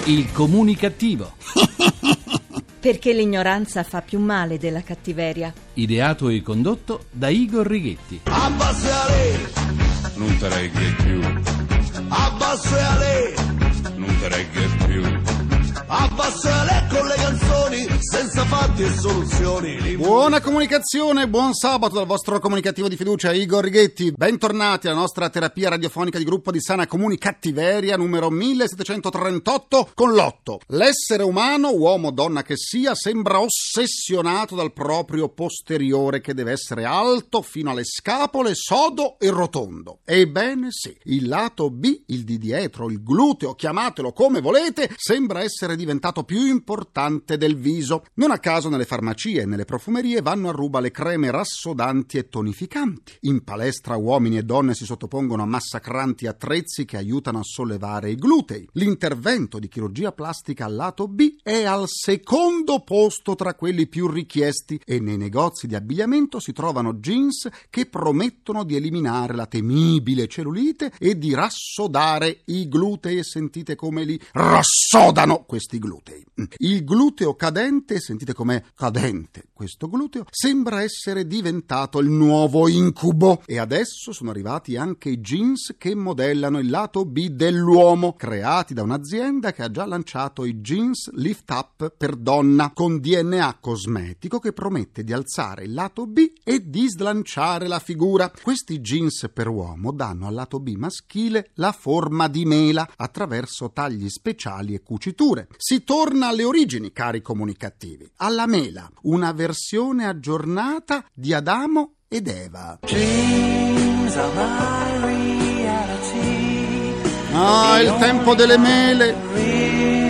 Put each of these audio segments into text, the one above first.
Il comunicativo. Perché l'ignoranza fa più male della cattiveria. Ideato e condotto da Igor Righetti. Abbassale, non te regge più, abbassale, non te regge più. abbassale con le canzoni, senza fatti e soluzioni. Buona comunicazione, buon sabato dal vostro comunicativo di fiducia Igor Righetti. Bentornati alla nostra terapia radiofonica di gruppo di sana comunicattiveria numero 1738 con l'otto. L'essere umano, uomo o donna che sia, sembra ossessionato dal proprio posteriore che deve essere alto fino alle scapole, sodo e rotondo. Ebbene sì, il lato B, il di dietro, il gluteo, chiamatelo come volete, sembra essere diventato più importante del viso. Non a caso nelle farmacie e nelle profumerie vanno a ruba le creme rassodanti e tonificanti. In palestra uomini e donne si sottopongono a massacranti attrezzi che aiutano a sollevare i glutei. L'intervento di chirurgia plastica al lato B è al secondo posto tra quelli più richiesti e nei negozi di abbigliamento si trovano jeans che promettono di eliminare la temibile cellulite e di rassodare i glutei, e sentite come li rassodano questi glutei. Il gluteo cadente, sentite com'è cadente questo gluteo, sembra essere diventato il nuovo incubo e adesso sono arrivati anche i jeans che modellano il lato B dell'uomo, creati da un'azienda che ha già lanciato i jeans lift up per donna con DNA cosmetico che promette di alzare il lato B e di slanciare la figura. Questi jeans per uomo danno al lato B maschile la forma di mela attraverso tagli speciali e cuciture. Si torna alle origini, cari comunicativi, alla mela, una versione aggiornata di Adamo ed Eva. Ah, il tempo delle mele.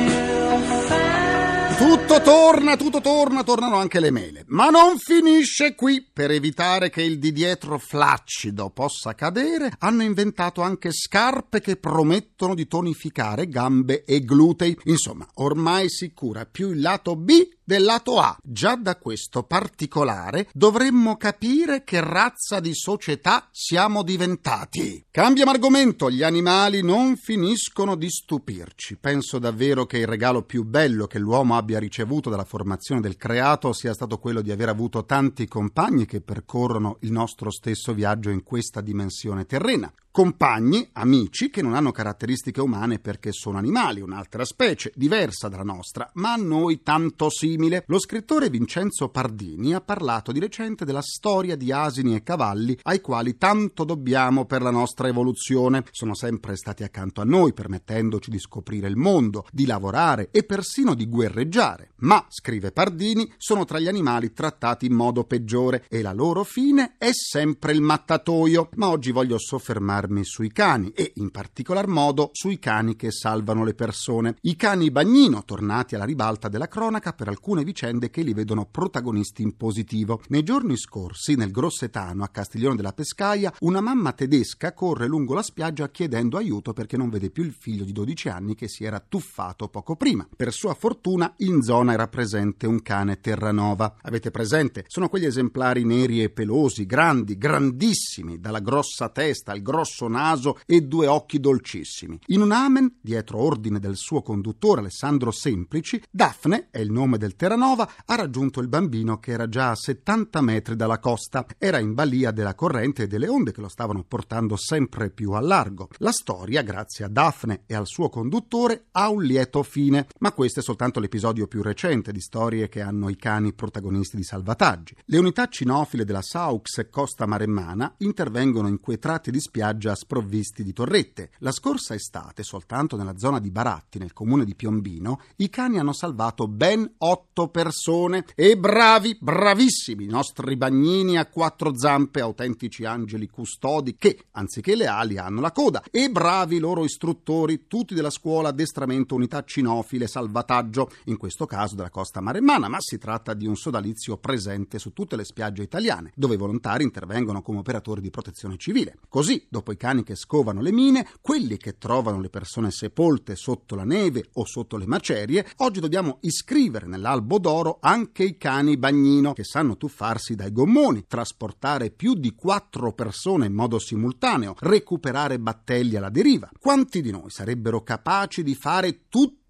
Tutto torna, tornano anche le mele. Ma non finisce qui. Per evitare che il di dietro flaccido possa cadere, hanno inventato anche scarpe che promettono di tonificare gambe e glutei. Insomma, ormai si cura più il lato B del lato A. Già da questo particolare dovremmo capire che razza di società siamo diventati. Cambiamo argomento, gli animali non finiscono di stupirci. Penso davvero che il regalo più bello che l'uomo abbia ricevuto dalla formazione del creato sia stato quello di aver avuto tanti compagni che percorrono il nostro stesso viaggio in questa dimensione terrena. Compagni, amici che non hanno caratteristiche umane perché sono animali, un'altra specie, diversa dalla nostra, ma a noi tanto simile. Lo scrittore Vincenzo Pardini ha parlato di recente della storia di asini e cavalli ai quali tanto dobbiamo per la nostra evoluzione. Sono sempre stati accanto a noi, permettendoci di scoprire il mondo, di lavorare e persino di guerreggiare. Ma, scrive Pardini, sono tra gli animali trattati in modo peggiore e la loro fine è sempre il mattatoio. Ma oggi voglio soffermarmi sui cani e in particolar modo sui cani che salvano le persone. I cani bagnino, tornati alla ribalta della cronaca per alcune vicende che li vedono protagonisti in positivo. Nei giorni scorsi, nel Grossetano, a Castiglione della Pescaia, una mamma tedesca corre lungo la spiaggia chiedendo aiuto perché non vede più il figlio di 12 anni che si era tuffato poco prima. Per sua fortuna, in zona era presente un cane Terranova. Avete presente? Sono quegli esemplari neri e pelosi, grandi, grandissimi, dalla grossa testa al grosso naso e due occhi dolcissimi. In un amen, dietro ordine del suo conduttore Alessandro Semplici, Daphne, è il nome del Terranova, ha raggiunto il bambino che era già a 70 metri dalla costa. Era in balia della corrente e delle onde che lo stavano portando sempre più a largo. La storia, grazie a Daphne e al suo conduttore, ha un lieto fine, ma questo è soltanto l'episodio più recente di storie che hanno i cani protagonisti di salvataggi. Le unità cinofile della Saux Costa Maremmana intervengono in quei tratti di spiaggia sprovvisti di torrette. La scorsa estate, soltanto nella zona di Baratti, nel comune di Piombino, i cani hanno salvato ben 8 persone e bravissimi i nostri bagnini a 4 zampe, autentici angeli custodi che, anziché le ali, hanno la coda, e bravi loro istruttori, tutti della scuola addestramento unità cinofile salvataggio, in questo caso della Costa Maremmana, ma si tratta di un sodalizio presente su tutte le spiagge italiane, dove i volontari intervengono come operatori di protezione civile. Così, dopo i cani che scovano le mine, quelli che trovano le persone sepolte sotto la neve o sotto le macerie, oggi dobbiamo iscrivere nell'albo d'oro anche i cani bagnino, che sanno tuffarsi dai gommoni, trasportare più di 4 persone in modo simultaneo, recuperare battelli alla deriva. Quanti di noi sarebbero capaci di fare tutto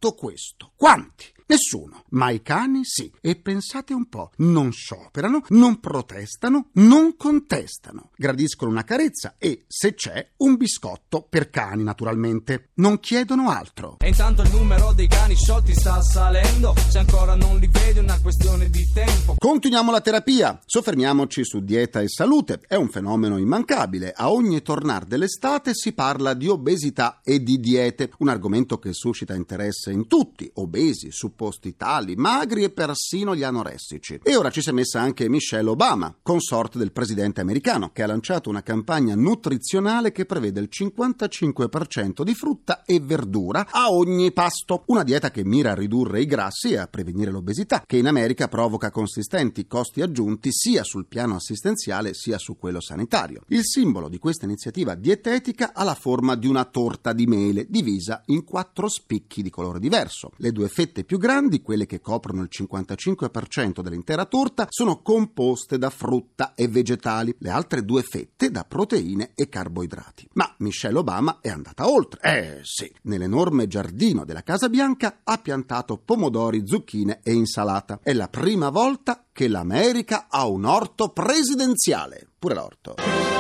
tutto questo? Quanti? Nessuno, ma i cani sì. E pensate un po', non scioperano, non protestano, non contestano. Gradiscono una carezza e, se c'è, un biscotto, per cani naturalmente. Non chiedono altro. E intanto il numero dei cani sciolti sta salendo, se ancora non li vedi è una questione di tempo. Continuiamo la terapia, soffermiamoci su dieta e salute. È un fenomeno immancabile. A ogni tornar dell'estate si parla di obesità e di diete, un argomento che suscita interesse in tutti, obesi, supposti tali, magri e persino gli anoressici. E ora ci si è messa anche Michelle Obama, consorte del presidente americano, che ha lanciato una campagna nutrizionale che prevede il 55% di frutta e verdura a ogni pasto. Una dieta che mira a ridurre i grassi e a prevenire l'obesità, che in America provoca consistenti costi aggiunti sia sul piano assistenziale sia su quello sanitario. Il simbolo di questa iniziativa dietetica ha la forma di una torta di mele divisa in 4 spicchi di colore diverso. Le 2 fette più grandi, quelle che coprono il 55% dell'intera torta, sono composte da frutta e vegetali, le altre 2 fette da proteine e carboidrati. Ma Michelle Obama è andata oltre. Sì, nell'enorme giardino della Casa Bianca ha piantato pomodori, zucchine e insalata. È la prima volta che l'America ha un orto presidenziale. Pure l'orto.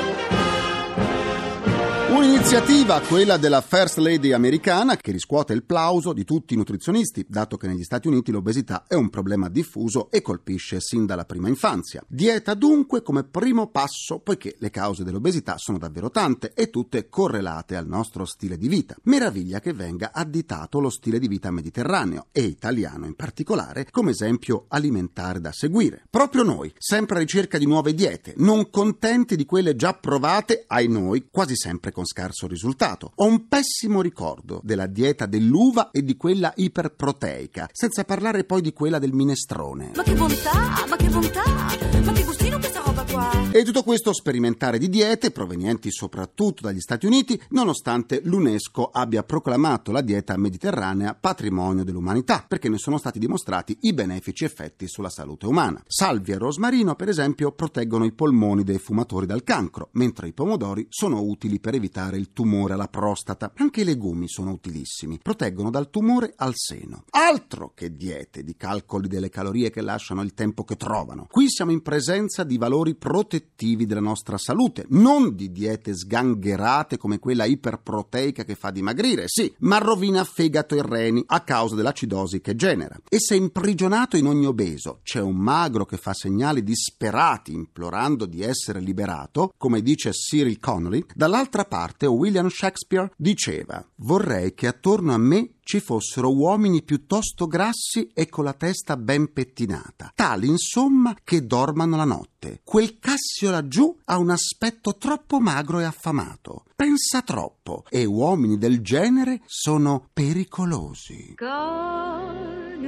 Un'iniziativa, quella della First Lady americana, che riscuote il plauso di tutti i nutrizionisti, dato che negli Stati Uniti l'obesità è un problema diffuso e colpisce sin dalla prima infanzia. Dieta dunque come primo passo, poiché le cause dell'obesità sono davvero tante e tutte correlate al nostro stile di vita. Meraviglia che venga additato lo stile di vita mediterraneo, e italiano in particolare, come esempio alimentare da seguire. Proprio noi, sempre a ricerca di nuove diete, non contenti di quelle già provate, ai noi, quasi sempre con scarso risultato. Ho un pessimo ricordo della dieta dell'uva e di quella iperproteica, senza parlare poi di quella del minestrone. Ma che bontà, ma che bontà, ma che gustino questa roba qua. E tutto questo sperimentare di diete provenienti soprattutto dagli Stati Uniti, nonostante l'UNESCO abbia proclamato la dieta mediterranea patrimonio dell'umanità, perché ne sono stati dimostrati i benefici effetti sulla salute umana. Salvia e rosmarino, per esempio, proteggono i polmoni dei fumatori dal cancro, mentre i pomodori sono utili per evitare il tumore alla prostata. Anche i legumi sono utilissimi, proteggono dal tumore al seno. Altro che diete di calcoli delle calorie che lasciano il tempo che trovano. Qui siamo in presenza di valori protettivi della nostra salute, non di diete sgangherate come quella iperproteica che fa dimagrire, sì, ma rovina fegato e reni a causa dell'acidosi che genera. E se imprigionato in ogni obeso c'è un magro che fa segnali disperati implorando di essere liberato, come dice Cyril Connolly, dall'altra parte William Shakespeare diceva: vorrei che attorno a me ci fossero uomini piuttosto grassi e con la testa ben pettinata, tali insomma che dormano la notte. Quel Cassio laggiù ha un aspetto troppo magro e affamato, pensa troppo, e uomini del genere sono pericolosi. Con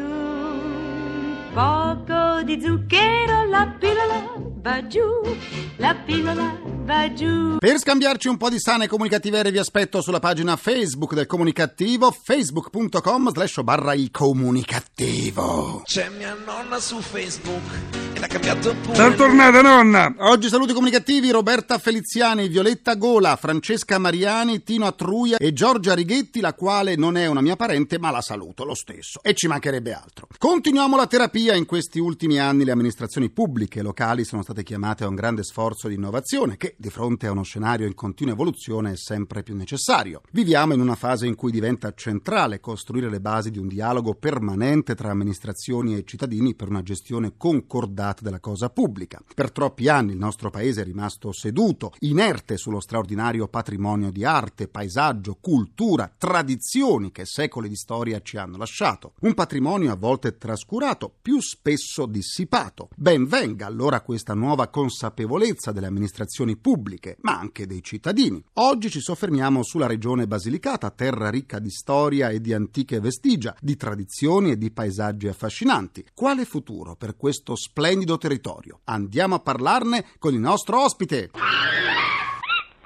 un poco di zucchero la pillola va giù, la pillola va giù. Per scambiarci un po' di sane comunicativerie vi aspetto sulla pagina Facebook del Comunicattivo, facebook.com/il Comunicattivo. C'è mia nonna su Facebook e l'ha cambiato pure. Bentornata nonna! Oggi saluti comunicativi: Roberta Feliziani, Violetta Gola, Francesca Mariani, Tino Attruia e Giorgia Righetti, la quale non è una mia parente ma la saluto lo stesso, e ci mancherebbe altro. Continuiamo la terapia. In questi ultimi anni le amministrazioni pubbliche locali sono state chiamate a un grande sforzo di innovazione che, di fronte a uno scenario in continua evoluzione, è sempre più necessario. Viviamo in una fase in cui diventa centrale costruire le basi di un dialogo permanente tra amministrazioni e cittadini per una gestione concordata della cosa pubblica. Per troppi anni il nostro paese è rimasto seduto, inerte sullo straordinario patrimonio di arte, paesaggio, cultura, tradizioni che secoli di storia ci hanno lasciato. Un patrimonio a volte trascurato, più spesso dissipato. Ben venga allora questa nuova consapevolezza delle amministrazioni pubbliche, ma anche dei cittadini. Oggi ci soffermiamo sulla regione Basilicata, terra ricca di storia e di antiche vestigia, di tradizioni e di paesaggi affascinanti. Quale futuro per questo splendido territorio? Andiamo a parlarne con il nostro ospite.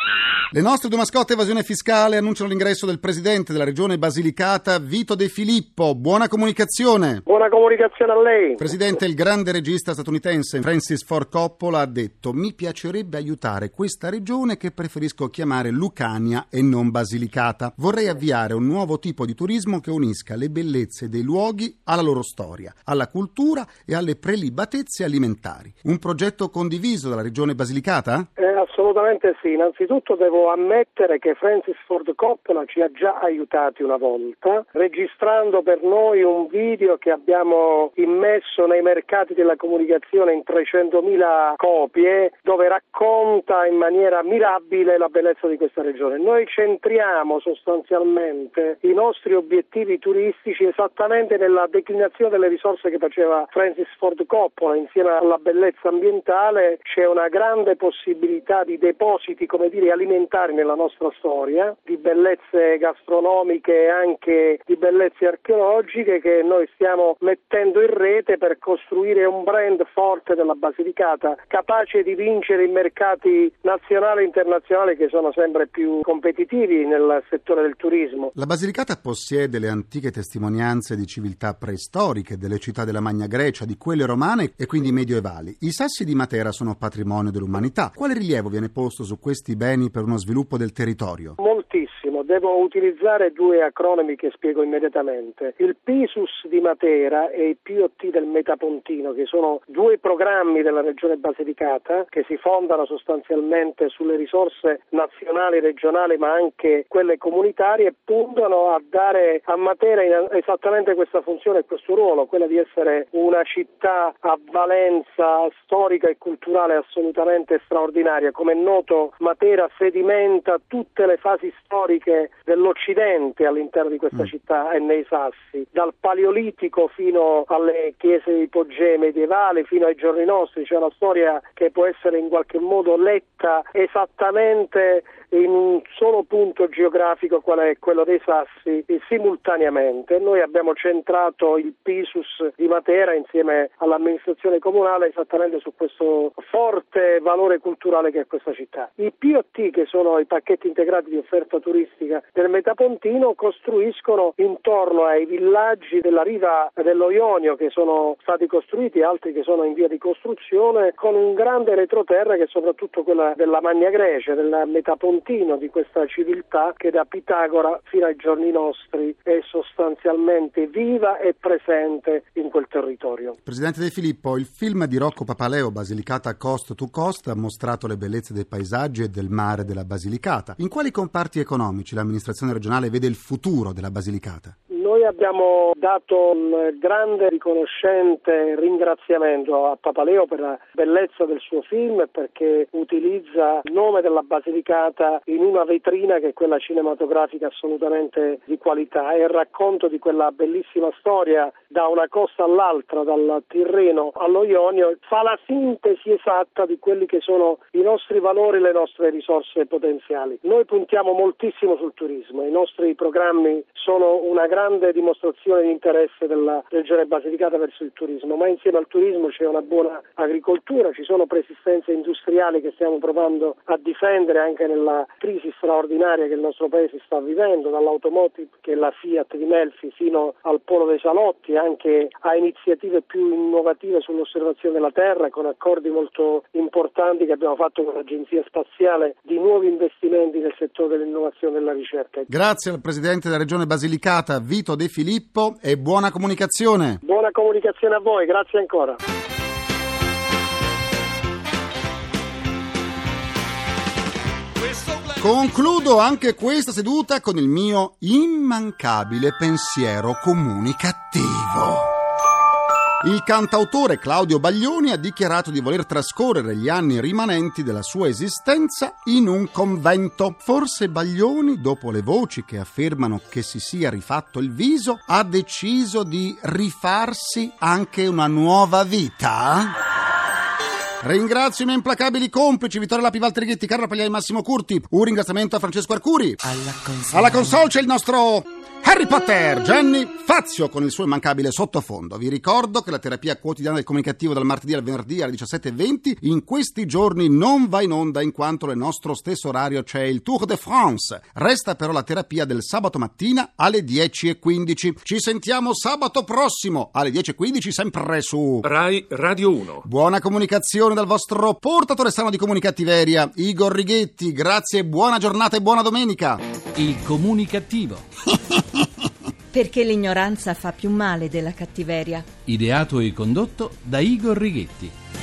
Le nostre due mascotte evasione fiscale annunciano l'ingresso del presidente della regione Basilicata, Vito De Filippo. Buona comunicazione. Buona comunicazione a lei. Presidente, il grande regista statunitense Francis Ford Coppola ha detto: mi piacerebbe aiutare questa regione che preferisco chiamare Lucania e non Basilicata. Vorrei avviare un nuovo tipo di turismo che unisca le bellezze dei luoghi alla loro storia, alla cultura e alle prelibatezze alimentari. Un progetto condiviso dalla regione Basilicata? Assolutamente sì. Innanzitutto devo ammettere che Francis Ford Coppola ci ha già aiutati una volta, registrando per noi un video che abbiamo immesso nei mercati della comunicazione in 300.000 copie, dove racconta in maniera mirabile la bellezza di questa regione. Noi centriamo sostanzialmente i nostri obiettivi turistici esattamente nella declinazione delle risorse che faceva Francis Ford Coppola. Insieme alla bellezza ambientale c'è una grande possibilità di depositi, come dire, alimentari nella nostra storia, di bellezze gastronomiche e anche di bellezze archeologiche che noi stiamo mettendo in rete per costruire un brand forte della Basilicata, capace di vincere i mercati nazionali e internazionali che sono sempre più competitivi nel settore del turismo. La Basilicata possiede le antiche testimonianze di civiltà preistoriche, delle città della Magna Grecia, di quelle romane e quindi medievali. I Sassi di Matera sono patrimonio dell'umanità. Quale rilievo viene posto su questi beni per uno sviluppo del territorio? Moltissimo. Devo utilizzare due acronimi che spiego immediatamente. Il PISUS di Matera e il POT del Metapontino, che sono due programmi della regione Basilicata che si fondano sostanzialmente sulle risorse nazionali, regionali, ma anche quelle comunitarie, e puntano a dare a Matera esattamente questa funzione e questo ruolo, quella di essere una città a valenza storica e culturale assolutamente straordinaria. Come è noto, Matera sedimenta tutte le fasi storiche dell'Occidente all'interno di questa città e nei Sassi, dal Paleolitico fino alle chiese ipogee medievali, fino ai giorni nostri. C'è una storia che può essere in qualche modo letta esattamente in un solo punto geografico, qual è quello dei Sassi, simultaneamente. Noi abbiamo centrato il PISUS di Matera insieme all'amministrazione comunale esattamente su questo forte valore culturale che è questa città. I POT, che sono i pacchetti integrati di offerta turistica del Metapontino, costruiscono intorno ai villaggi della riva dello Ionio che sono stati costruiti e altri che sono in via di costruzione, con un grande retroterra che è soprattutto quella della Magna Grecia, del Metapontino, di questa civiltà che da Pitagora fino ai giorni nostri è sostanzialmente viva e presente in quel territorio. Presidente De Filippo, il film di Rocco Papaleo, Basilicata Coast to Coast, ha mostrato le bellezze dei paesaggi e del mare della Basilicata. In quali comparti economici l'amministrazione regionale vede il futuro della Basilicata? Noi abbiamo dato un grande riconoscente ringraziamento a Papaleo per la bellezza del suo film, perché utilizza il nome della Basilicata in una vetrina che è quella cinematografica assolutamente di qualità, e il racconto di quella bellissima storia da una costa all'altra, dal Tirreno allo Ionio, fa la sintesi esatta di quelli che sono i nostri valori, le nostre risorse potenziali. Noi puntiamo moltissimo sul turismo, i nostri programmi sono una grande dimostrazione di interesse della regione Basilicata verso il turismo, ma insieme al turismo c'è una buona agricoltura, ci sono preesistenze industriali che stiamo provando a difendere anche nella crisi straordinaria che il nostro paese sta vivendo, dall'automotive che è la Fiat di Melfi fino al Polo dei Salotti, anche a iniziative più innovative sull'osservazione della Terra, con accordi molto importanti che abbiamo fatto con l'Agenzia Spaziale di nuovi investimenti nel settore dell'innovazione e della ricerca. Grazie al Presidente della Regione Basilicata, Vito De Filippo, e buona comunicazione. Buona comunicazione a voi, grazie ancora. Concludo anche questa seduta con il mio immancabile pensiero comunicativo. Il cantautore Claudio Baglioni ha dichiarato di voler trascorrere gli anni rimanenti della sua esistenza in un convento. Forse Baglioni, dopo le voci che affermano che si sia rifatto il viso, ha deciso di rifarsi anche una nuova vita? Ringrazio i miei implacabili complici Vittorio Lapi, Walter Ghetti, Carlo Pagliai, Massimo Curti. Un ringraziamento a Francesco Arcuri. Alla console c'è il nostro Harry Potter, Gianni Fazio con il suo immancabile sottofondo. Vi ricordo che la terapia quotidiana del comunicativo dal martedì al venerdì alle 17:20 in questi giorni non va in onda in quanto nel nostro stesso orario c'è il Tour de France. Resta però la terapia del sabato mattina alle 10:15. Ci sentiamo sabato prossimo alle 10:15 sempre su Rai Radio 1. Buona comunicazione dal vostro portatore strano di comunicattiveria, Igor Righetti. Grazie, buona giornata e buona domenica. Il comunicativo. Perché l'ignoranza fa più male della cattiveria. Ideato e condotto da Igor Righetti.